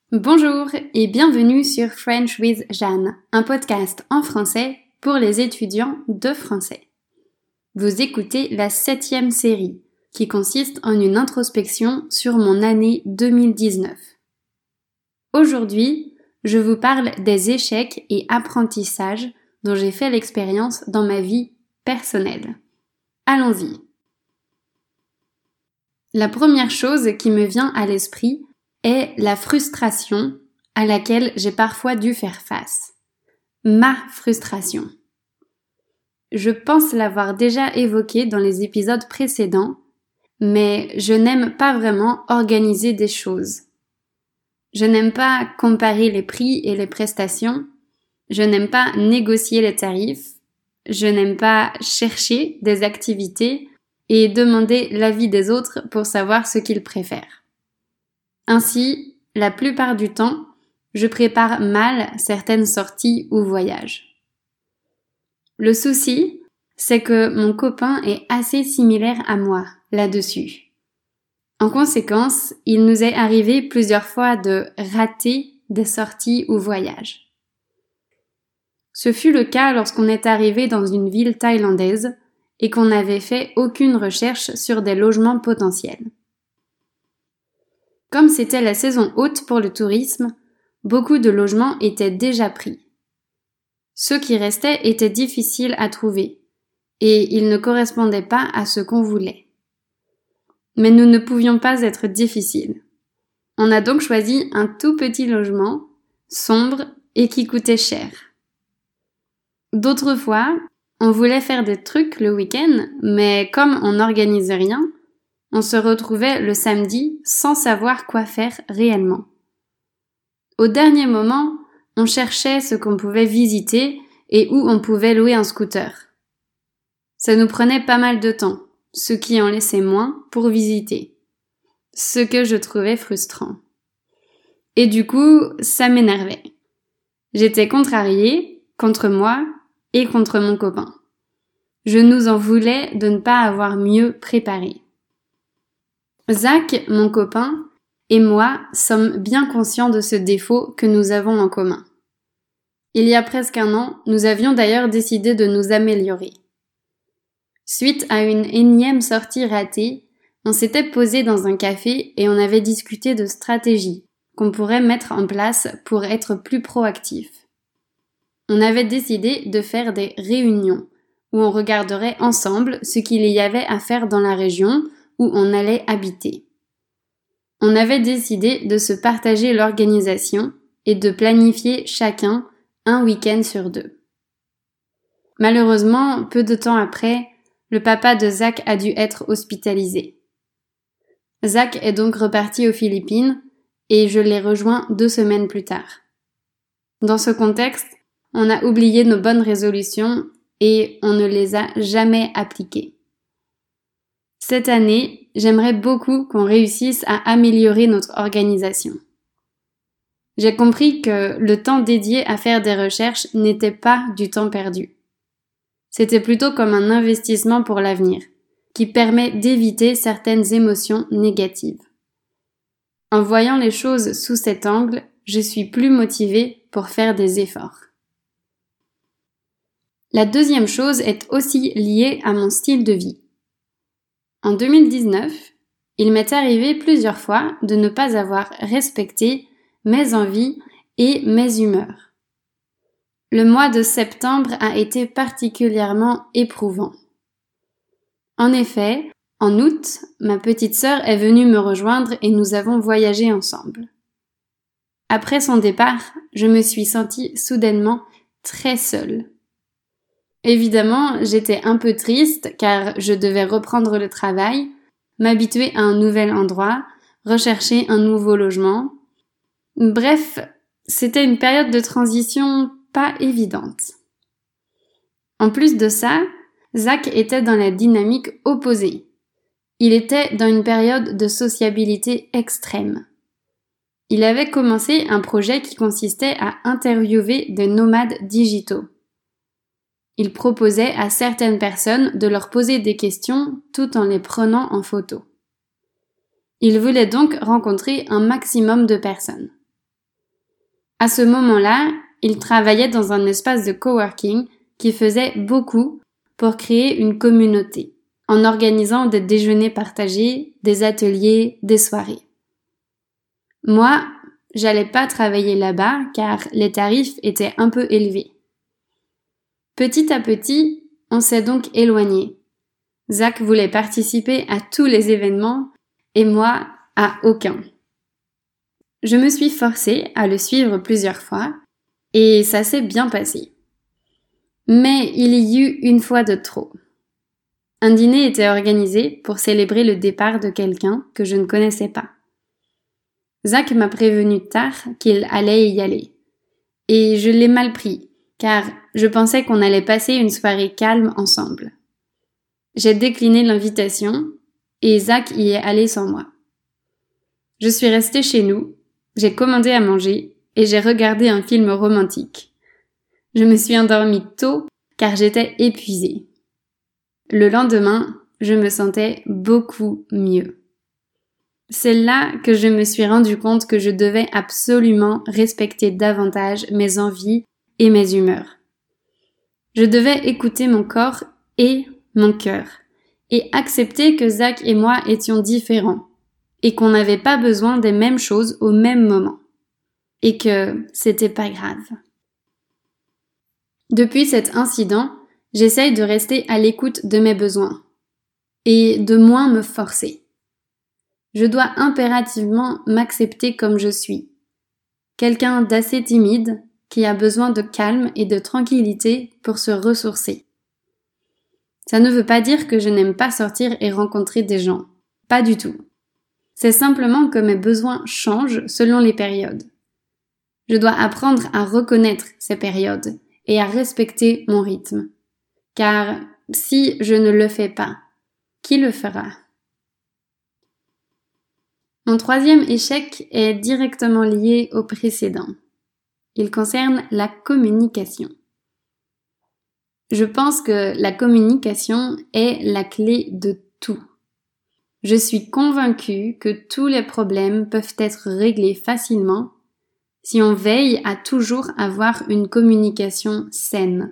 Bonjour et bienvenue sur French with Jeanne, un podcast en français pour les étudiants de français. Vous écoutez la 7e série, qui consiste en une introspection sur mon année 2019. Aujourd'hui, je vous parle des échecs et apprentissages dont j'ai fait l'expérience dans ma vie personnelle. Allons-y. La première chose qui me vient à l'esprit est la frustration à laquelle j'ai parfois dû faire face. Ma frustration. Je pense l'avoir déjà évoqué dans les épisodes précédents, mais je n'aime pas vraiment organiser des choses. Je n'aime pas comparer les prix et les prestations, je n'aime pas négocier les tarifs, je n'aime pas chercher des activités et demander l'avis des autres pour savoir ce qu'ils préfèrent. Ainsi, la plupart du temps, je prépare mal certaines sorties ou voyages. Le souci, c'est que mon copain est assez similaire à moi là-dessus. En conséquence, il nous est arrivé plusieurs fois de rater des sorties ou voyages. Ce fut le cas lorsqu'on est arrivé dans une ville thaïlandaise et qu'on n'avait fait aucune recherche sur des logements potentiels. Comme c'était la saison haute pour le tourisme, beaucoup de logements étaient déjà pris. Ceux qui restaient étaient difficiles à trouver, et ils ne correspondaient pas à ce qu'on voulait. Mais nous ne pouvions pas être difficiles. On a donc choisi un tout petit logement, sombre et qui coûtait cher. D'autres fois, on voulait faire des trucs le week-end, mais comme on n'organisait rien, on se retrouvait le samedi sans savoir quoi faire réellement. Au dernier moment, on cherchait ce qu'on pouvait visiter et où on pouvait louer un scooter. Ça nous prenait pas mal de temps, ce qui en laissait moins pour visiter. Ce que je trouvais frustrant. Et du coup, ça m'énervait. J'étais contrariée, contre moi et contre mon copain. Je nous en voulais de ne pas avoir mieux préparé. Zach, mon copain, et moi sommes bien conscients de ce défaut que nous avons en commun. Il y a presque un an, nous avions d'ailleurs décidé de nous améliorer. Suite à une énième sortie ratée, on s'était posé dans un café et on avait discuté de stratégies qu'on pourrait mettre en place pour être plus proactif. On avait décidé de faire des réunions où on regarderait ensemble ce qu'il y avait à faire dans la région où on allait habiter. On avait décidé de se partager l'organisation et de planifier chacun un week-end sur 2. Malheureusement, peu de temps après, le papa de Zach a dû être hospitalisé. Zach est donc reparti aux Philippines et je l'ai rejoint 2 semaines plus tard. Dans ce contexte, on a oublié nos bonnes résolutions et on ne les a jamais appliquées. Cette année, j'aimerais beaucoup qu'on réussisse à améliorer notre organisation. J'ai compris que le temps dédié à faire des recherches n'était pas du temps perdu. C'était plutôt comme un investissement pour l'avenir, qui permet d'éviter certaines émotions négatives. En voyant les choses sous cet angle, je suis plus motivée pour faire des efforts. La deuxième chose est aussi liée à mon style de vie. En 2019, il m'est arrivé plusieurs fois de ne pas avoir respecté mes envies et mes humeurs. Le mois de septembre a été particulièrement éprouvant. En effet, en août, ma petite sœur est venue me rejoindre et nous avons voyagé ensemble. Après son départ, je me suis sentie soudainement très seule. Évidemment, j'étais un peu triste car je devais reprendre le travail, m'habituer à un nouvel endroit, rechercher un nouveau logement. Bref, c'était une période de transition pas évidente. En plus de ça, Zach était dans la dynamique opposée. Il était dans une période de sociabilité extrême. Il avait commencé un projet qui consistait à interviewer des nomades digitaux. Il proposait à certaines personnes de leur poser des questions tout en les prenant en photo. Il voulait donc rencontrer un maximum de personnes. À ce moment-là, il travaillait dans un espace de coworking qui faisait beaucoup pour créer une communauté, en organisant des déjeuners partagés, des ateliers, des soirées. Moi, j'allais pas travailler là-bas car les tarifs étaient un peu élevés. Petit à petit, on s'est donc éloigné. Zach voulait participer à tous les événements et moi à aucun. Je me suis forcée à le suivre plusieurs fois et ça s'est bien passé. Mais il y eut une fois de trop. Un dîner était organisé pour célébrer le départ de quelqu'un que je ne connaissais pas. Zach m'a prévenu tard qu'il allait y aller. Et je l'ai mal pris, car je pensais qu'on allait passer une soirée calme ensemble. J'ai décliné l'invitation et Zach y est allé sans moi. Je suis restée chez nous, j'ai commandé à manger et j'ai regardé un film romantique. Je me suis endormie tôt car j'étais épuisée. Le lendemain, je me sentais beaucoup mieux. C'est là que je me suis rendu compte que je devais absolument respecter davantage mes envies et mes humeurs. Je devais écouter mon corps et mon cœur et accepter que Zach et moi étions différents et qu'on n'avait pas besoin des mêmes choses au même moment et que c'était pas grave. Depuis cet incident, j'essaye de rester à l'écoute de mes besoins et de moins me forcer. Je dois impérativement m'accepter comme je suis. Quelqu'un d'assez timide qui a besoin de calme et de tranquillité pour se ressourcer. Ça ne veut pas dire que je n'aime pas sortir et rencontrer des gens. Pas du tout. C'est simplement que mes besoins changent selon les périodes. Je dois apprendre à reconnaître ces périodes et à respecter mon rythme. Car si je ne le fais pas, qui le fera ? Mon troisième échec est directement lié au précédent. Il concerne la communication. Je pense que la communication est la clé de tout. Je suis convaincue que tous les problèmes peuvent être réglés facilement si on veille à toujours avoir une communication saine.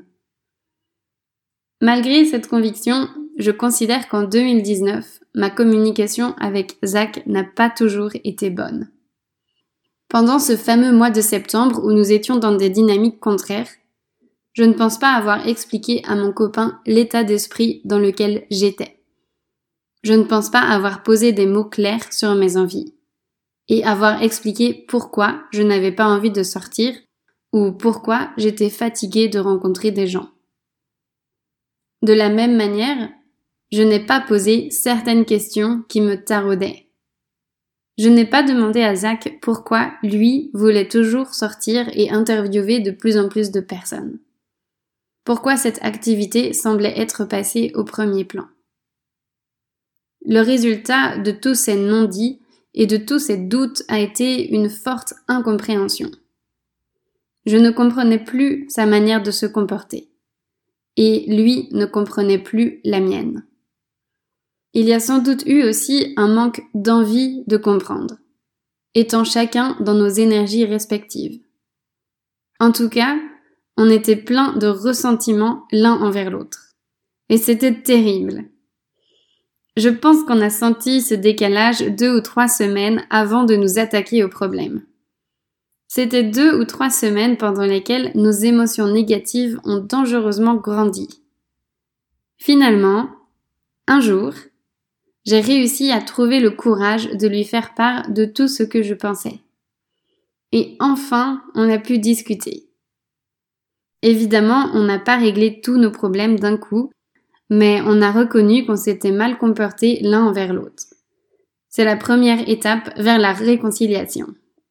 Malgré cette conviction, je considère qu'en 2019, ma communication avec Zach n'a pas toujours été bonne. Pendant ce fameux mois de septembre où nous étions dans des dynamiques contraires, je ne pense pas avoir expliqué à mon copain l'état d'esprit dans lequel j'étais. Je ne pense pas avoir posé des mots clairs sur mes envies et avoir expliqué pourquoi je n'avais pas envie de sortir ou pourquoi j'étais fatiguée de rencontrer des gens. De la même manière, je n'ai pas posé certaines questions qui me taraudaient. Je n'ai pas demandé à Zach pourquoi lui voulait toujours sortir et interviewer de plus en plus de personnes. Pourquoi cette activité semblait être passée au premier plan. Le résultat de tous ces non-dits et de tous ces doutes a été une forte incompréhension. Je ne comprenais plus sa manière de se comporter. Et lui ne comprenait plus la mienne. Il y a sans doute eu aussi un manque d'envie de comprendre, étant chacun dans nos énergies respectives. En tout cas, on était plein de ressentiments l'un envers l'autre. Et c'était terrible. Je pense qu'on a senti ce décalage 2 ou 3 semaines avant de nous attaquer au problème. C'était 2 ou 3 semaines pendant lesquelles nos émotions négatives ont dangereusement grandi. Finalement, un jour, j'ai réussi à trouver le courage de lui faire part de tout ce que je pensais. Et enfin, on a pu discuter. Évidemment, on n'a pas réglé tous nos problèmes d'un coup, mais on a reconnu qu'on s'était mal comporté l'un envers l'autre. C'est la première étape vers la réconciliation.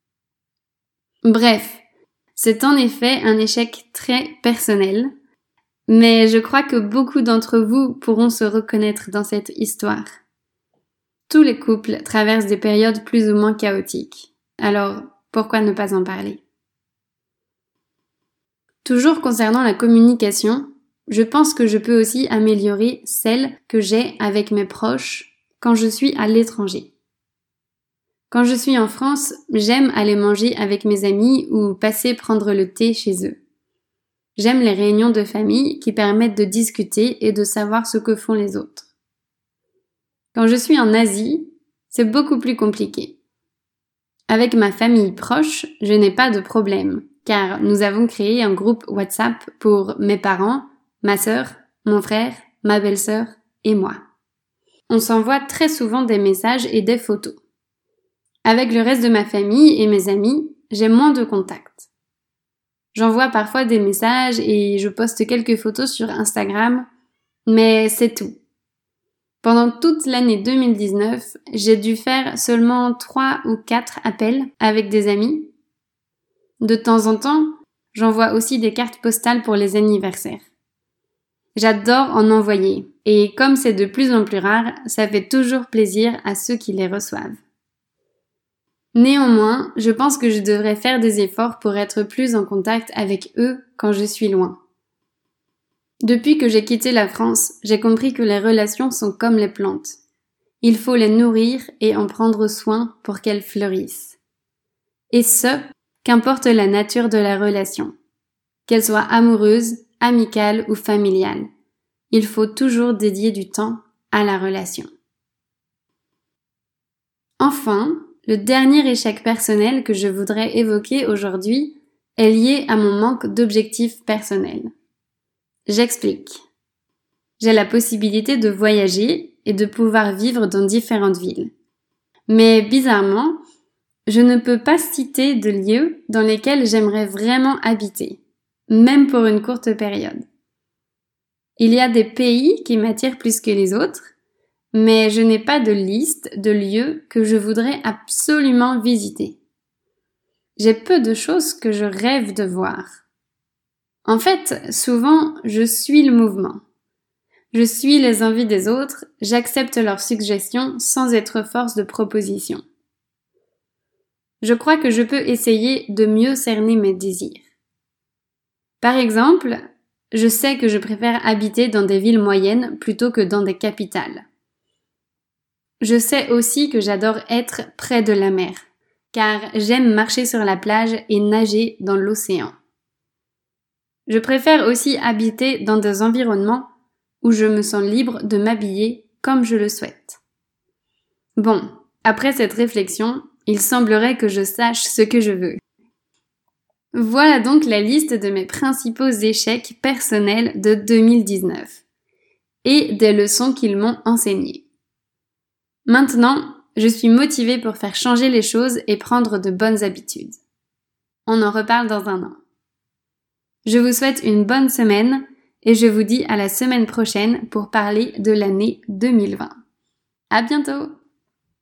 Bref, c'est en effet un échec très personnel, mais je crois que beaucoup d'entre vous pourront se reconnaître dans cette histoire. Tous les couples traversent des périodes plus ou moins chaotiques, alors pourquoi ne pas en parler ? Toujours concernant la communication, je pense que je peux aussi améliorer celle que j'ai avec mes proches quand je suis à l'étranger. Quand je suis en France, j'aime aller manger avec mes amis ou passer prendre le thé chez eux. J'aime les réunions de famille qui permettent de discuter et de savoir ce que font les autres. Quand je suis en Asie, c'est beaucoup plus compliqué. Avec ma famille proche, je n'ai pas de problème, car nous avons créé un groupe WhatsApp pour mes parents, ma sœur, mon frère, ma belle-sœur et moi. On s'envoie très souvent des messages et des photos. Avec le reste de ma famille et mes amis, j'ai moins de contacts. J'envoie parfois des messages et je poste quelques photos sur Instagram, mais c'est tout. Pendant toute l'année 2019, j'ai dû faire seulement 3 ou 4 appels avec des amis. De temps en temps, j'envoie aussi des cartes postales pour les anniversaires. J'adore en envoyer, et comme c'est de plus en plus rare, ça fait toujours plaisir à ceux qui les reçoivent. Néanmoins, je pense que je devrais faire des efforts pour être plus en contact avec eux quand je suis loin. Depuis que j'ai quitté la France, j'ai compris que les relations sont comme les plantes. Il faut les nourrir et en prendre soin pour qu'elles fleurissent. Et ce, qu'importe la nature de la relation. Qu'elle soit amoureuse, amicale ou familiale. Il faut toujours dédier du temps à la relation. Enfin, le dernier échec personnel que je voudrais évoquer aujourd'hui est lié à mon manque d'objectifs personnels. J'explique. J'ai la possibilité de voyager et de pouvoir vivre dans différentes villes. Mais bizarrement, je ne peux pas citer de lieux dans lesquels j'aimerais vraiment habiter, même pour une courte période. Il y a des pays qui m'attirent plus que les autres, mais je n'ai pas de liste de lieux que je voudrais absolument visiter. J'ai peu de choses que je rêve de voir. En fait, souvent, je suis le mouvement. Je suis les envies des autres, j'accepte leurs suggestions sans être force de proposition. Je crois que je peux essayer de mieux cerner mes désirs. Par exemple, je sais que je préfère habiter dans des villes moyennes plutôt que dans des capitales. Je sais aussi que j'adore être près de la mer, car j'aime marcher sur la plage et nager dans l'océan. Je préfère aussi habiter dans des environnements où je me sens libre de m'habiller comme je le souhaite. Bon, après cette réflexion, il semblerait que je sache ce que je veux. Voilà donc la liste de mes principaux échecs personnels de 2019 et des leçons qu'ils m'ont enseignées. Maintenant, je suis motivée pour faire changer les choses et prendre de bonnes habitudes. On en reparle dans un an. Je vous souhaite une bonne semaine et je vous dis à la semaine prochaine pour parler de l'année 2020. À bientôt!